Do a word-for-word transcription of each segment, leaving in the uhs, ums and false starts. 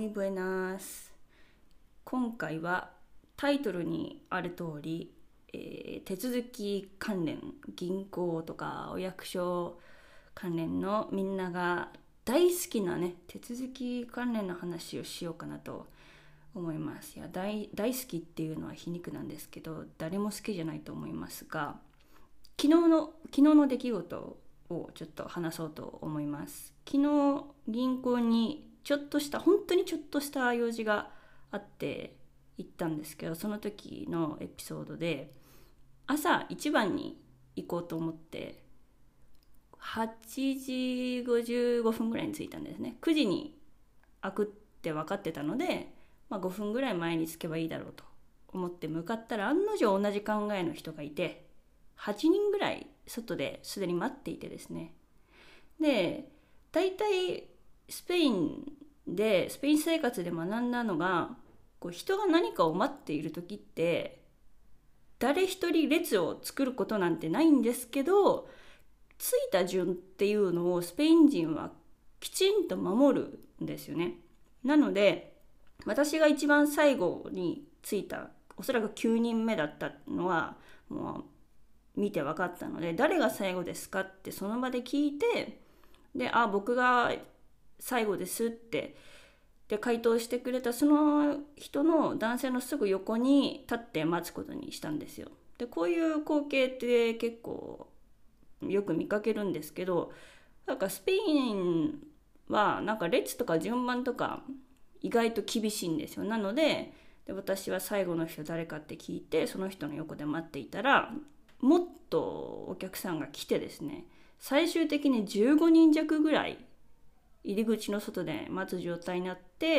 muy buenas。今回はタイトルにある通り、えー手続き関連、銀行とかお役所関連のみんなが大好きなね、手続き関連の話をしようかなと思います。いや、大、大好きっていうのは皮肉なんですけど、誰も好きじゃないと思いますが、昨日の、昨日の出来事をちょっと話そうと思います。昨日銀行にちょっとした本当にちょっとした用事があって行ったんですけど、その時のエピソードで朝一番に行こうと思ってはちじごじゅうごふんぐらいに着いたんですね。くじに開くって分かってたので、まあ、ごふんぐらい前に着けばいいだろうと思って向かったら、案の定同じ考えの人がいてはちにんぐらい外ですでに待っていてですね。で、大体スペインでスペイン生活で学んだのが、こう人が何かを待っている時って誰一人列を作ることなんてないんですけど、ついた順っていうのをスペイン人はきちんと守るんですよね。なので私が一番最後に着いた、おそらくきゅうにんめだったのはもう見て分かったので、誰が最後ですかってその場で聞いて、で、あ、僕が最後ですってで回答してくれたその人の男性のすぐ横に立って待つことにしたんですよ。で、こういう光景って結構よく見かけるんですけど、なんかスペインはなんか列とか順番とか意外と厳しいんですよ。なので、で私は最後の人誰かって聞いて、その人の横で待っていたら、もっとお客さんが来てですね、最終的にじゅうごにん弱ぐらい入り口の外で待つ状態になって、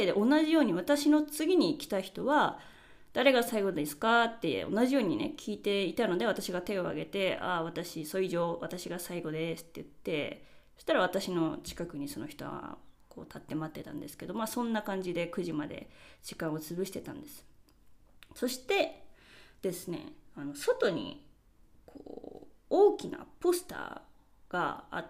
で同じように私の次に来た人は誰が最後ですかって同じようにね聞いていたので、私が手を挙げて、ああ私それ以上私が最後ですって言って、そしたら私の近くにその人はこう立って待ってたんですけど、まあそんな感じでくじまで時間を潰してたんです。そしてですね、あの外にこう大きなポスターがあって、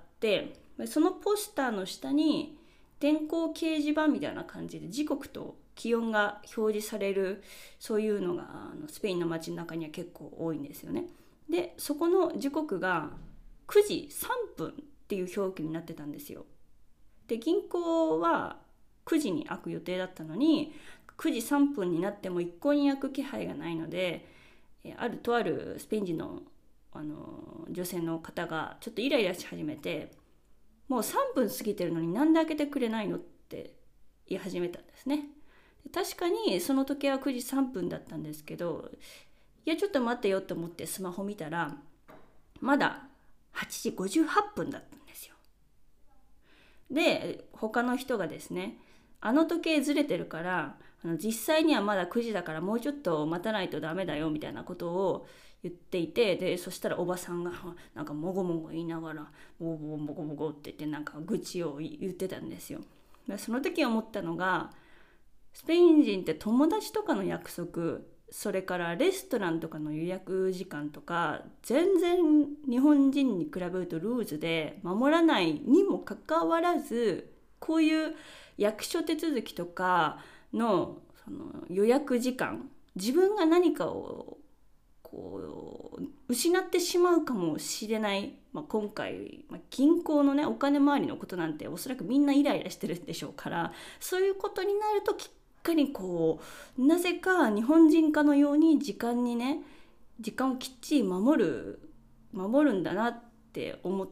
そのポスターの下に電光掲示板みたいな感じで時刻と気温が表示される、そういうのがあのスペインの街の中には結構多いんですよね。で、そこの時刻がくじさんぷんっていう表記になってたんですよ。で、銀行はくじに開く予定だったのにくじさんぷんになっても一向に開く気配がないので、あるとあるスペイン人のあの女性の方がちょっとイライラし始めて、もうさんぷん過ぎてるのになんで開けてくれないのって言い始めたんですね。確かにその時計はくじさんぷんだったんですけど、いやちょっと待ってよと思ってスマホ見たらまだはちじごじゅうはっぷんだったんですよ。で、他の人がですね、あの時計ずれてるから、あの実際にはまだくじだからもうちょっと待たないとダメだよみたいなことを言っていて、でそしたらおばさんがなんかもごもご言いながらもごもごもごって言ってなんか愚痴を言ってたんですよ。でその時思ったのが、スペイン人って友達とかの約束、それからレストランとかの予約時間とか全然日本人に比べるとルーズで守らないにもかかわらず、こういう役所手続きとかの、その予約時間、自分が何かをこう失ってしまうかもしれない、まあ、今回、まあ、銀行のねお金回りのことなんておそらくみんなイライラしてるでしょうから、そういうことになるときっかりこうなぜか日本人かのように時間にね時間をきっちり守る守るんだなって思って、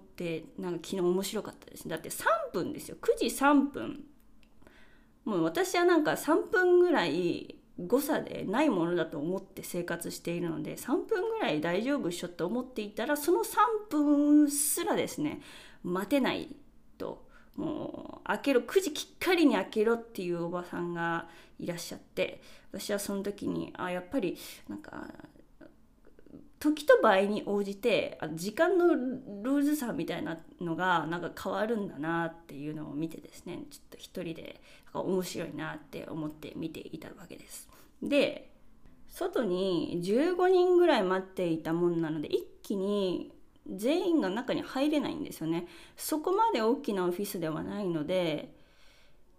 なんか昨日面白かったですね。だってさんぷんですよ、くじさんぷん。もう私はなんかさんぷんぐらい誤差でないものだと思って生活しているので、さんぷんぐらい大丈夫っしょと思っていたら、そのさんぷんすらですね待てないと、もう開けろ、くじきっかりに開けろっていうおばさんがいらっしゃって、私はその時にあやっぱりなんか時と場合に応じて時間のルーズさみたいなのがなんか変わるんだなっていうのを見てですね、ちょっと一人で面白いなって思って見ていたわけです。で、外にじゅうごにんぐらい待っていたもんなので、一気に全員が中に入れないんですよね。そこまで大きなオフィスではないので、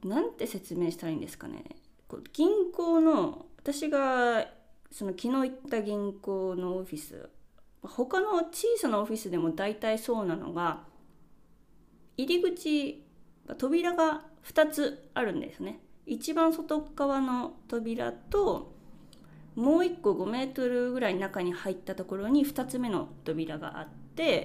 なんて説明したらいいんですかね。こう銀行の、私がその昨日行った銀行のオフィス、他の小さなオフィスでも大体そうなのが、入り口扉がふたつあるんですね。一番外側の扉と、もういっこごメートルぐらい中に入ったところにふたつめの扉があって、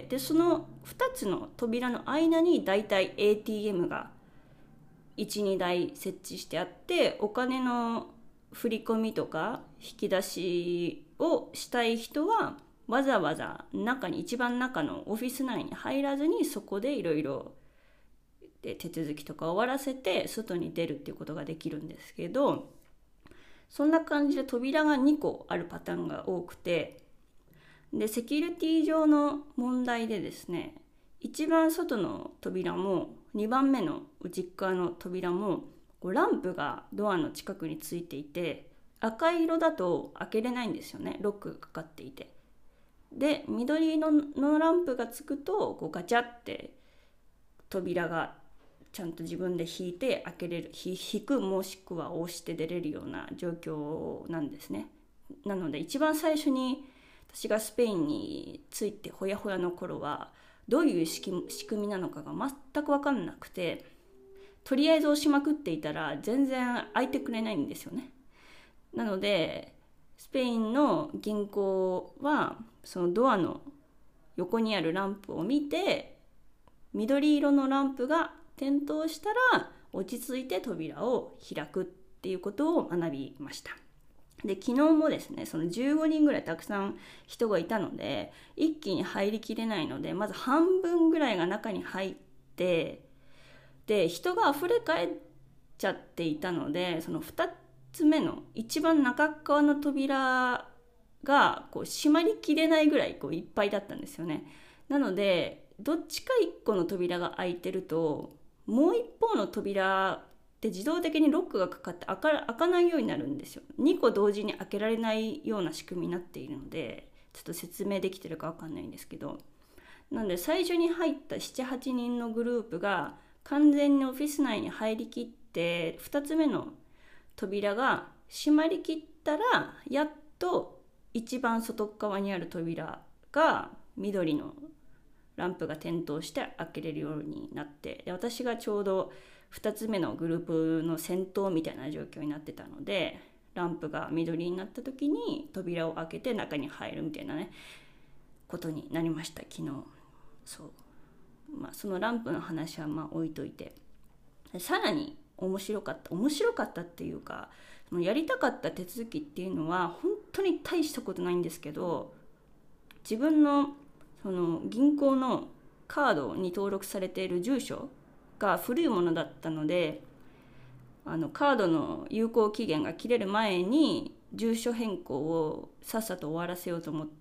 でそのふたつの扉の間にだいたい エーティーエム がいち、にだい設置してあって、お金の振り込みとか引き出しをしたい人はわざわざ中に、一番中のオフィス内に入らずに、そこでいろいろ手続きとか終わらせて外に出るっていうことができるんですけど、そんな感じで扉がにこあるパターンが多くて、でセキュリティ上の問題でですね、一番外の扉もにばんめの内側の扉もランプがドアの近くについていて、赤色だと開けれないんですよね、ロックがかかっていて。で緑色のランプがつくとこうガチャって扉がちゃんと自分で引いて開けれる、引くもしくは押して出れるような状況なんですね。なので一番最初に私がスペインに着いてほやほやの頃はどういう仕組みなのかが全く分かんなくて、とりあえず押しまくっていたら全然開いてくれないんですよね。なのでスペインの銀行はそのドアの横にあるランプを見て、緑色のランプが点灯したら落ち着いて扉を開くっていうことを学びました。で昨日もですね、そのじゅうごにんぐらいたくさん人がいたので一気に入りきれないので、まず半分ぐらいが中に入って、で人があふれかえっちゃっていたので、そのふたつめの一番中側の扉がこう閉まりきれないぐらいこういっぱいだったんですよね。なのでどっちかいっこの扉が開いてると、もう一方の扉で自動的にロックがかかって開か、開かないようになるんですよ。にこ同時に開けられないような仕組みになっているので、ちょっと説明できてるか分かんないんですけど、なので最初に入ったななはちにんのグループが完全にオフィス内に入りきって、ふたつめの扉が閉まりきったらやっと一番外側にある扉が緑のランプが点灯して開けれるようになって、で私がちょうどふたつめのグループの先頭みたいな状況になってたので、ランプが緑になった時に扉を開けて中に入るみたいなねことになりました昨日。そうまあそのランプの話はまあ置いといて、さらに面白かった面白かったっていうか、やりたかった手続きっていうのは本当に大したことないんですけど、自分のその銀行のカードに登録されている住所が古いものだったので、あのカードの有効期限が切れる前に住所変更をさっさと終わらせようと思って、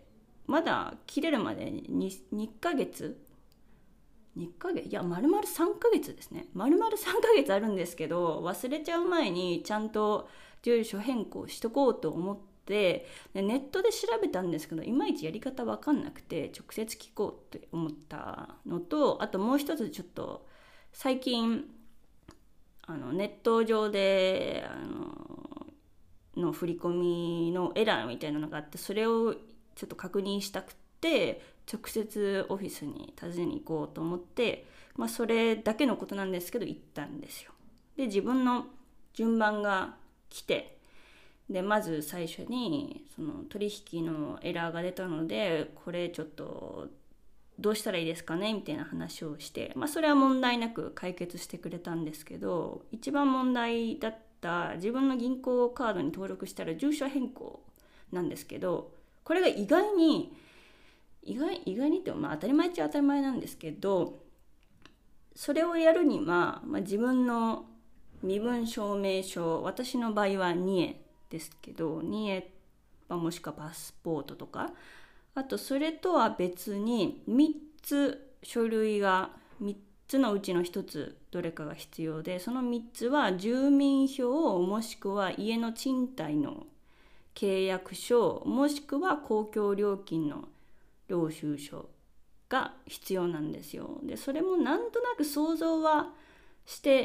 まだ切れるまで に, にかげつにかげついや丸々さんかげつですね、丸々さんかげつあるんですけど、忘れちゃう前にちゃんと住所変更しとこうと思ってでネットで調べたんですけど、いまいちやり方分かんなくて直接聞こうって思ったのと、あともう一つちょっと最近あのネット上であのの振り込みのエラーみたいなのがあって、それをちょっと確認したくて直接オフィスに訪ねに行こうと思って、まあ、それだけのことなんですけど行ったんですよ。で自分の順番が来て、でまず最初にその取引のエラーが出たので、これちょっとどうしたらいいですかねみたいな話をして、まあ、それは問題なく解決してくれたんですけど、一番問題だった自分の銀行カードに登録したら住所変更なんですけど、これが意外に意外意外にって、まあ、当たり前っちゃ当たり前なんですけど、それをやるには、まあ、自分の身分証明書、私の場合はニエですけど、ニエもしくはパスポートとか、あとそれとは別にみっつ書類がみっつのうちのひとつどれかが必要で、そのみっつは住民票もしくは家の賃貸の契約書もしくは公共料金の領収書が必要なんですよ。でそれもなんとなく想像はして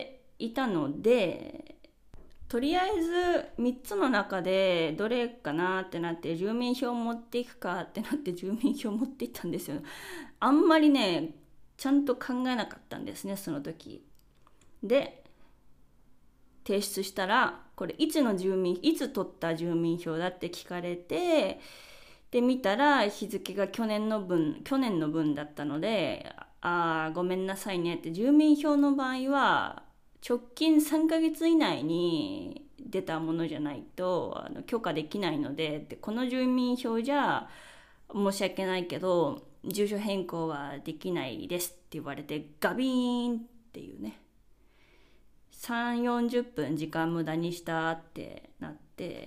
いたので、とりあえずみっつの中でどれかなってなって、住民票持っていくかってなって住民票持っていったんですよ。あんまりねちゃんと考えなかったんですね、その時で。提出したら、これいつの住民いつ取った住民票だって聞かれて、で見たら日付が去年の分去年の分だったので、あーごめんなさいねって、住民票の場合は直近さんかげつ以内に出たものじゃないとあの許可できないので、でこの住民票じゃ申し訳ないけど住所変更はできないですって言われて、ガビーンっていうね、さんじゅうよんじゅっぷん時間無駄にしたってなって、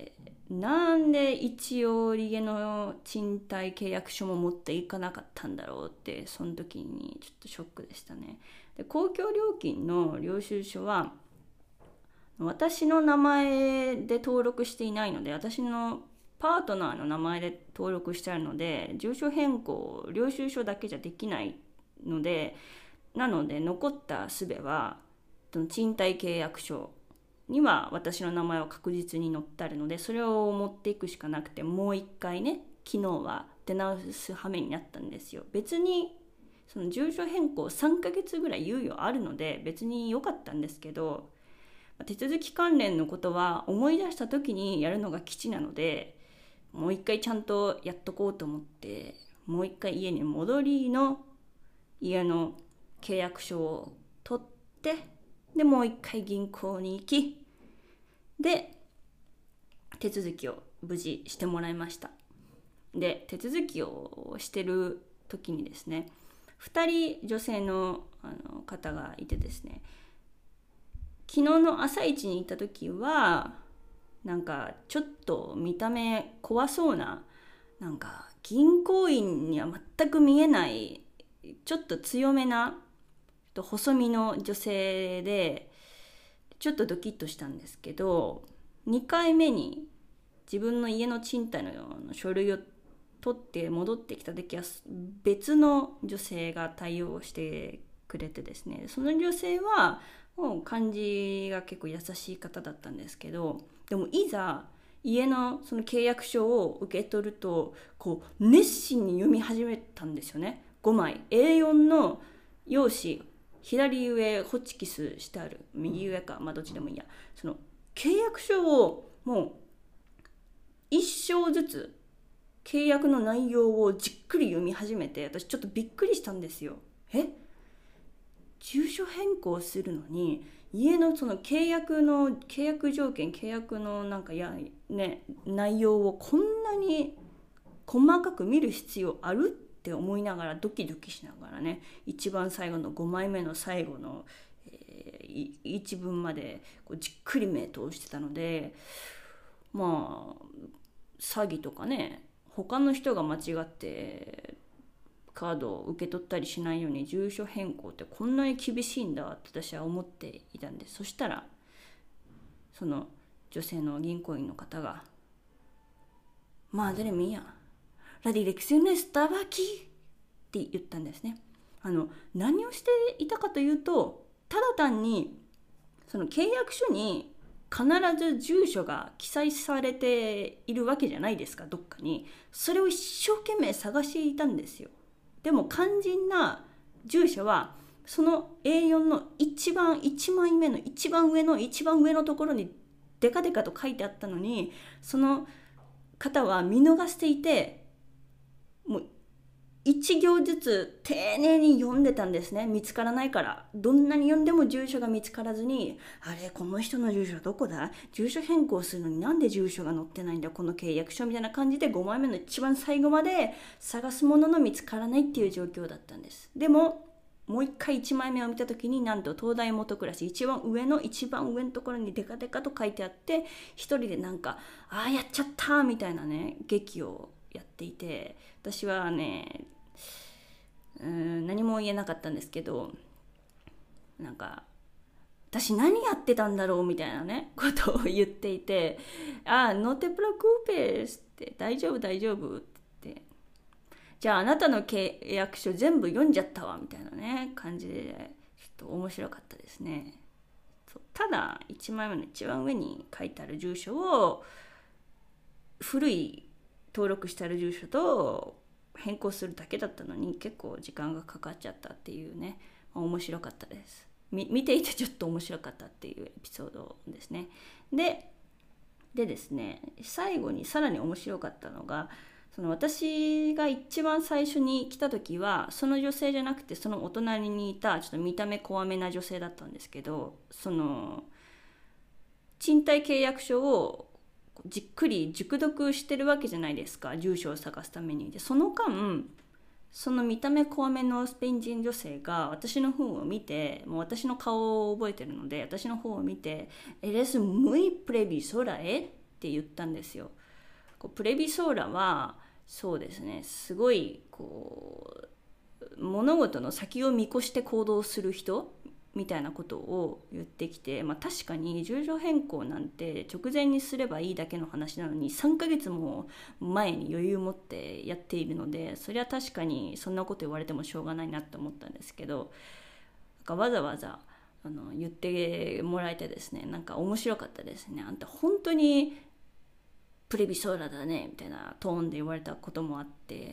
なんで一応家の賃貸契約書も持っていかなかったんだろうって、その時にちょっとショックでしたね。で公共料金の領収書は私の名前で登録していないので、私のパートナーの名前で登録してあるので、住所変更領収書だけじゃできないので、なので残った術は賃貸契約書には私の名前は確実に載ってあるので、それを持っていくしかなくて、もう一回ね昨日は出直す羽目になったんですよ。別にその住所変更さんかげつぐらい猶予あるので別に良かったんですけど、手続き関連のことは思い出した時にやるのが基地なので、もう一回ちゃんとやっとこうと思って、もう一回家に戻りの家の契約書を取って、でもう一回銀行に行き、で手続きを無事してもらいました。で手続きをしてる時にですね、ふたり女性 の, あの方がいてですね、昨日の朝一に行った時はなんかちょっと見た目怖そうな、なんか銀行員には全く見えないちょっと強めな細身の女性で、ちょっとドキッとしたんですけど、にかいめに自分の家の賃貸の書類を取って戻ってきた時は別の女性が対応してくれてですね、その女性はもう感じが結構優しい方だったんですけど、でもいざ家のその契約書を受け取ると、こう熱心に読み始めたんですよね。ごまい エーよん の用紙、左上ホチキスしてある、右上か、まあどっちでもいいや、その契約書をもう一章ずつ契約の内容をじっくり読み始めて、私ちょっとびっくりしたんですよ。え住所変更するのに家のその契約の契約条件契約のなんかや、ね、内容をこんなに細かく見る必要あるって思いながら、ドキドキしながらね、一番最後のごまいめの最後の、えー、一文までこうじっくり目通してたので、まあ詐欺とかね、他の人が間違ってカードを受け取ったりしないように住所変更ってこんなに厳しいんだって私は思っていたんです。そしたらその女性の銀行員の方がMadre mía, la dirección estaba aquí って言ったんですね。あの何をしていたかというと、ただ単にその契約書に必ず住所が記載されているわけじゃないですか、どっかに。それを一生懸命探していたんですよ。でも肝心な住所はその エーよん の一番いちまいめの一番上の一番上のところにデカデカと書いてあったのに、その方は見逃していて、もう一行ずつ丁寧に読んでたんですね。見つからないから。どんなに読んでも住所が見つからずに、あれこの人の住所どこだ、住所変更するのになんで住所が載ってないんだこの契約書みたいな感じでごまいめの一番最後まで探すものの見つからないっていう状況だったんです。でももう一回いちまいめを見た時に、なんと東大元暮らし一番上の一番上のところにデカデカと書いてあって、一人でなんかああやっちゃったみたいなね劇をやっていて、私はねうーん何も言えなかったんですけど、なんか私何やってたんだろうみたいなねことを言っていて、ああノテプロクーペースって大丈夫大丈夫って、じゃああなたの契約書全部読んじゃったわみたいなね感じで、ちょっと面白かったですね。 ただいちまいめの一番上に書いてある住所を古い登録してある住所と変更するだけだったのに結構時間がかかっちゃったっていうね、まあ、面白かったです。み見ていてちょっと面白かったっていうエピソードですね。ででですね最後にさらに面白かったのが、その私が一番最初に来た時はその女性じゃなくてそのお隣にいたちょっと見た目怖めな女性だったんですけど、その賃貸契約書をじっくり熟読してるわけじゃないですか、住所を探すために。でその間その見た目怖めのスペイン人女性が私の方を見て、もう私の顔を覚えてるので私の方を見て「Eres muy previsora, eh?」って言ったんですよ。こうプレビソーラはそうですね、すごいこう物事の先を見越して行動する人みたいなことを言ってきて、まあ、確かに住所変更なんて直前にすればいいだけの話なのにさんかげつも前に余裕を持ってやっているので、それは確かにそんなこと言われてもしょうがないなと思ったんですけど、なんかわざわざあの言ってもらえてですね、なんか面白かったですね。あんた本当にプレビソーラだねみたいなトーンで言われたこともあって、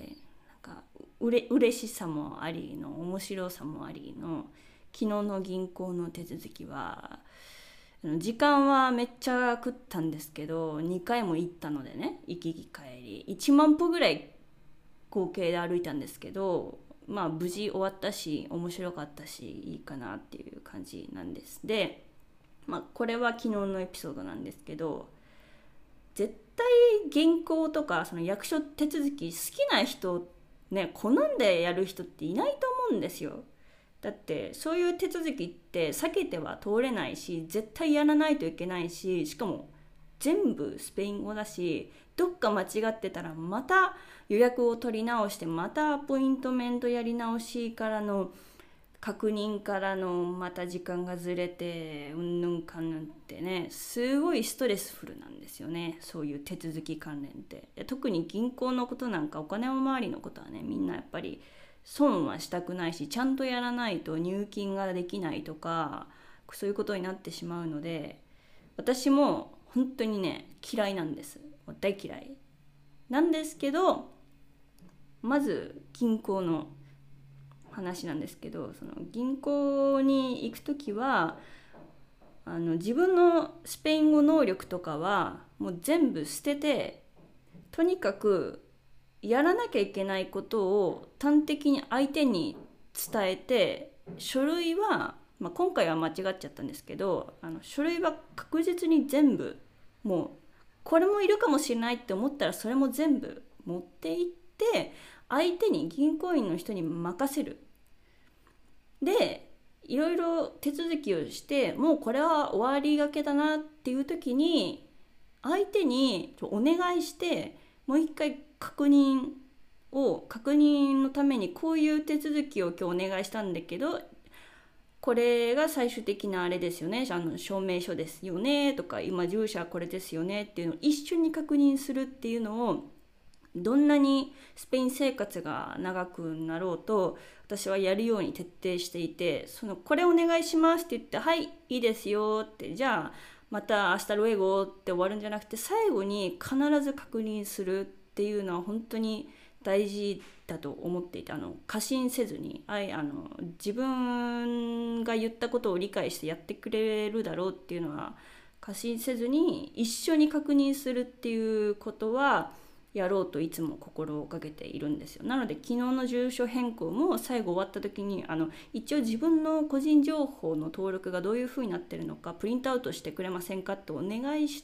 なんかうれ嬉しさもありの面白さもありの昨日の銀行の手続きは時間はめっちゃ食ったんですけどにかいも行ったのでね、行き帰りいちまん歩ぐらい合計で歩いたんですけど、まあ無事終わったし面白かったしいいかなっていう感じなんです。で、まあ、これは昨日のエピソードなんですけど、絶対銀行とかその役所手続き好きな人ね、好んでやる人っていないと思うんですよ。だってそういう手続きって避けては通れないし絶対やらないといけないし、しかも全部スペイン語だし、どっか間違ってたらまた予約を取り直してまたアポイントメントやり直しからの確認からのまた時間がずれてうんぬんかんぬんってね、すごいストレスフルなんですよね、そういう手続き関連って。特に銀行のことなんかお金回りのことはね、みんなやっぱり損はしたくないしちゃんとやらないと入金ができないとかそういうことになってしまうので、私も本当にね嫌いなんです。大嫌いなんですけど、まず銀行の話なんですけど、その銀行に行くときはあの自分のスペイン語能力とかはもう全部捨てて、とにかくやらなきゃいけないことを端的に相手に伝えて、書類は、まあ、今回は間違っちゃったんですけど、あの書類は確実に全部もうこれもいるかもしれないって思ったらそれも全部持っていって相手に銀行員の人に任せる。でいろいろ手続きをしてもうこれは終わりがけだなっていう時に相手にお願いしてもう一回確認を確認のためにこういう手続きを今日お願いしたんだけどこれが最終的なあれですよね、あの証明書ですよねとか今住所はこれですよねっていうのを一緒に確認するっていうのを、どんなにスペイン生活が長くなろうと私はやるように徹底していて、そのこれお願いしますって言ってはいいいですよってじゃあまた明日ルエゴって終わるんじゃなくて最後に必ず確認するっていうのは本当に大事だと思っていて、あの過信せずにあいあの自分が言ったことを理解してやってくれるだろうっていうのは過信せずに一緒に確認するっていうことはやろうといつも心をかけているんですよ。なので昨日の住所変更も最後終わった時にあの一応自分の個人情報の登録がどういうふうになってるのかプリントアウトしてくれませんかとお願いして、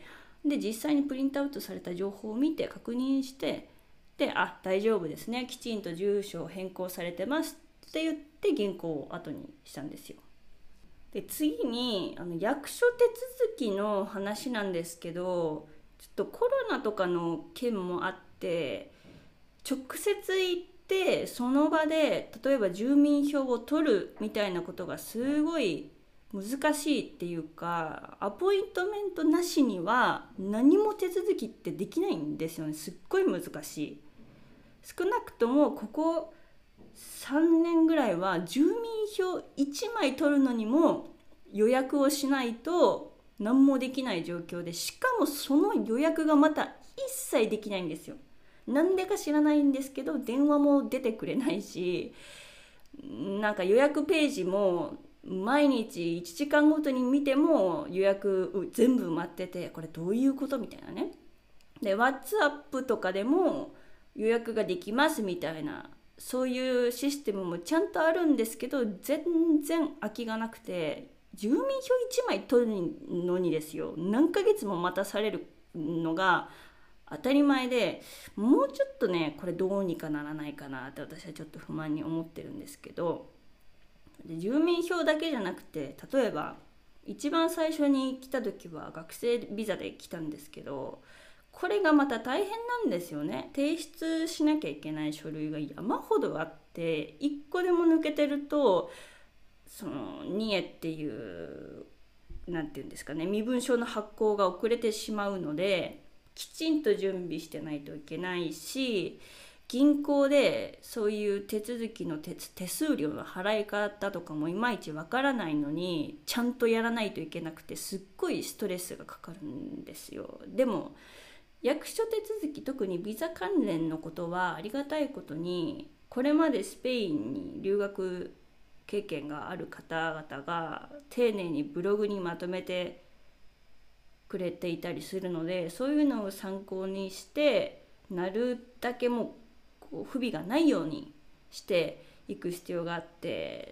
で実際にプリントアウトされた情報を見て確認して、であ大丈夫ですねきちんと住所を変更されてますって言って銀行を後にしたんですよ。で次にあの役所手続きの話なんですけど、ちょっとコロナとかの件もあって直接行ってその場で例えば住民票を取るみたいなことがすごい難しいっていうか、アポイントメントなしには何も手続きってできないんですよね。すっごい難しい。少なくともここさんねんぐらいは住民票いちまい取るのにも予約をしないと何もできない状況で、しかもその予約がまた一切できないんですよ。なんでか知らないんですけど電話も出てくれないし、なんか予約ページも毎日いちじかんごとに見ても予約全部埋まってて、これどういうことみたいなね。で WhatsApp とかでも予約ができますみたいな、そういうシステムもちゃんとあるんですけど、全然空きがなくて、住民票いちまい取るのにですよ、何ヶ月も待たされるのが当たり前で、もうちょっとねこれどうにかならないかなって私はちょっと不満に思ってるんですけど、で住民票だけじゃなくて、例えば一番最初に来た時は学生ビザで来たんですけど、これがまた大変なんですよね。提出しなきゃいけない書類が山ほどあって、いっこでも抜けてるとそのニエっていうなんていうんですかね、身分証の発行が遅れてしまうので、きちんと準備してないといけないし、銀行でそういう手続きの 手, 手数料の払い方とかもいまいちわからないのにちゃんとやらないといけなくて、すっごいストレスがかかるんですよ。でも役所手続き、特にビザ関連のことはありがたいことに、これまでスペインに留学経験がある方々が丁寧にブログにまとめてくれていたりするので、そういうのを参考にしてなるだけもうこう不備がないようにしていく必要があって、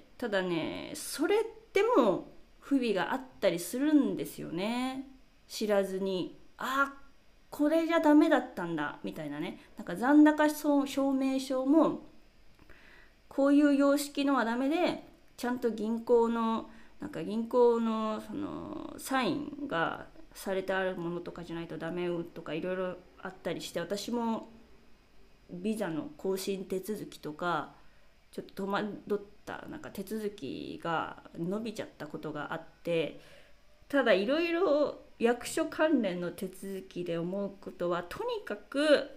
ただねそれでも不備があったりするんですよね。知らずに、あこれじゃダメだったんだみたいなね。なんか残高証明書もこういう様式のはダメで、ちゃんと銀行のなんか銀行のそのサインがされてあるものとかじゃないとダメとかいろいろあったりして、私もビザの更新手続きとかちょっと戸惑ったなんか手続きが伸びちゃったことがあって、ただいろいろ役所関連の手続きで思うことは、とにかく、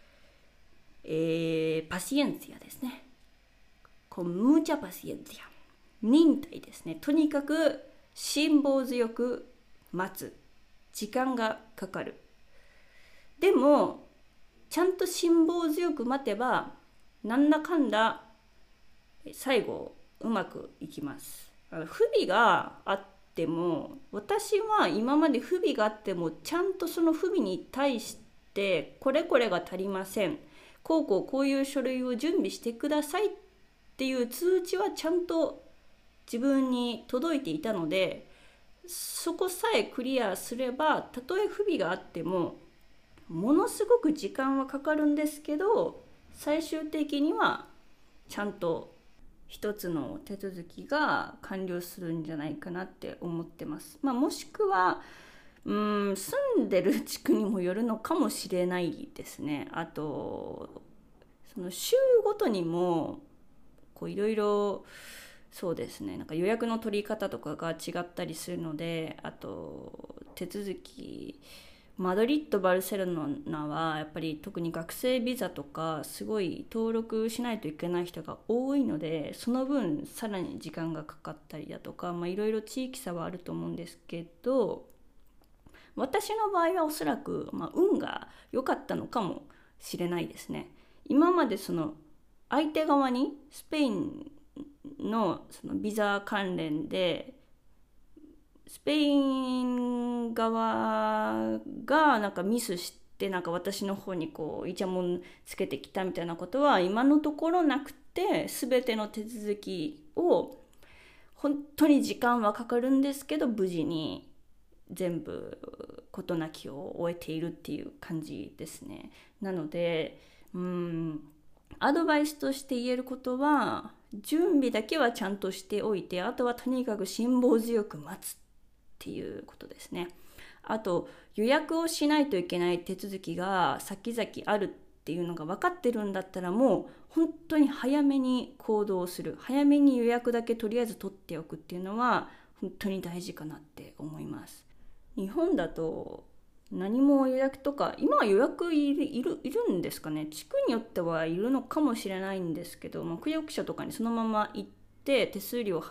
えー、パシエンシアですね。con mucha paciencia。忍耐ですね。とにかく辛抱強く待つ。時間がかかる。でもちゃんと辛抱強く待てばなんだかんだ最後うまくいきます。不備があっても、私は今まで不備があってもちゃんとその不備に対してこれこれが足りません、こうこうこういう書類を準備してくださいっていう通知はちゃんと自分に届いていたので、そこさえクリアすればたとえ不備があってもものすごく時間はかかるんですけど、最終的にはちゃんと一つの手続きが完了するんじゃないかなって思ってます。まあ、もしくはうーん住んでる地区にもよるのかもしれないですね。あとその州ごとにもこういろいろそうですね、なんか予約の取り方とかが違ったりするので、あと手続きマドリッド・バルセロナはやっぱり特に学生ビザとかすごい登録しないといけない人が多いので、その分さらに時間がかかったりだとか、まあいろいろ地域差はあると思うんですけど、私の場合はおそらく、まあ、運が良かったのかもしれないですね。今までその相手側にスペインのそのビザ関連でスペイン側がなんかミスしてなんか私の方にこうイチャモンつけてきたみたいなことは今のところなくて、全ての手続きを本当に時間はかかるんですけど無事に全部事なきを終えているっていう感じですね。なのでうーんアドバイスとして言えることは、準備だけはちゃんとしておいて、あとはとにかく辛抱強く待つっていうことですね。あと予約をしないといけない手続きが先々あるっていうのが分かってるんだったら、もう本当に早めに行動する、早めに予約だけとりあえず取っておくっていうのは本当に大事かなって思います。日本だと何も予約とか、今は予約いる、いる、いるんですかね。地区によってはいるのかもしれないんですけど、まあ、区役所とかにそのまま行って手数料を払っ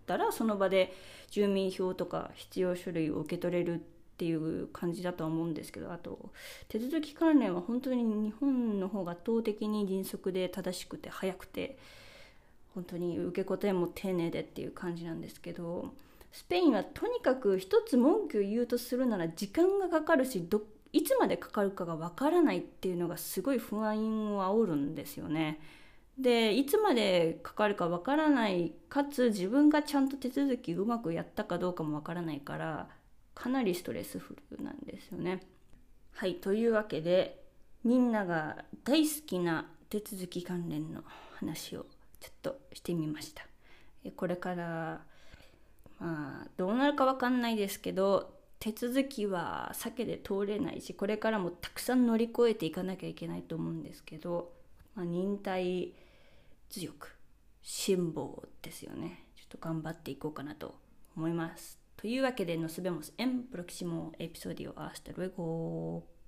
たらその場で住民票とか必要書類を受け取れるっていう感じだとは思うんですけど、あと手続き関連は本当に日本の方が圧倒的に迅速で正しくて早くて、本当に受け答えも丁寧でっていう感じなんですけど、スペインはとにかく一つ文句を言うとするなら時間がかかるし、どいつまでかかるかがわからないっていうのがすごい不安を煽るんですよね。でいつまでかかるかわからない、かつ自分がちゃんと手続きうまくやったかどうかもわからないから、かなりストレスフルなんですよね。はい、というわけでみんなが大好きな手続き関連の話をちょっとしてみました。これからまあどうなるかわかんないですけど、手続きは避けて通れないし、これからもたくさん乗り越えていかなきゃいけないと思うんですけど、まあ、忍耐強く辛抱ですよね。ちょっと頑張っていこうかなと思います。というわけで、nos vemos en próximo episodio. Hasta luego.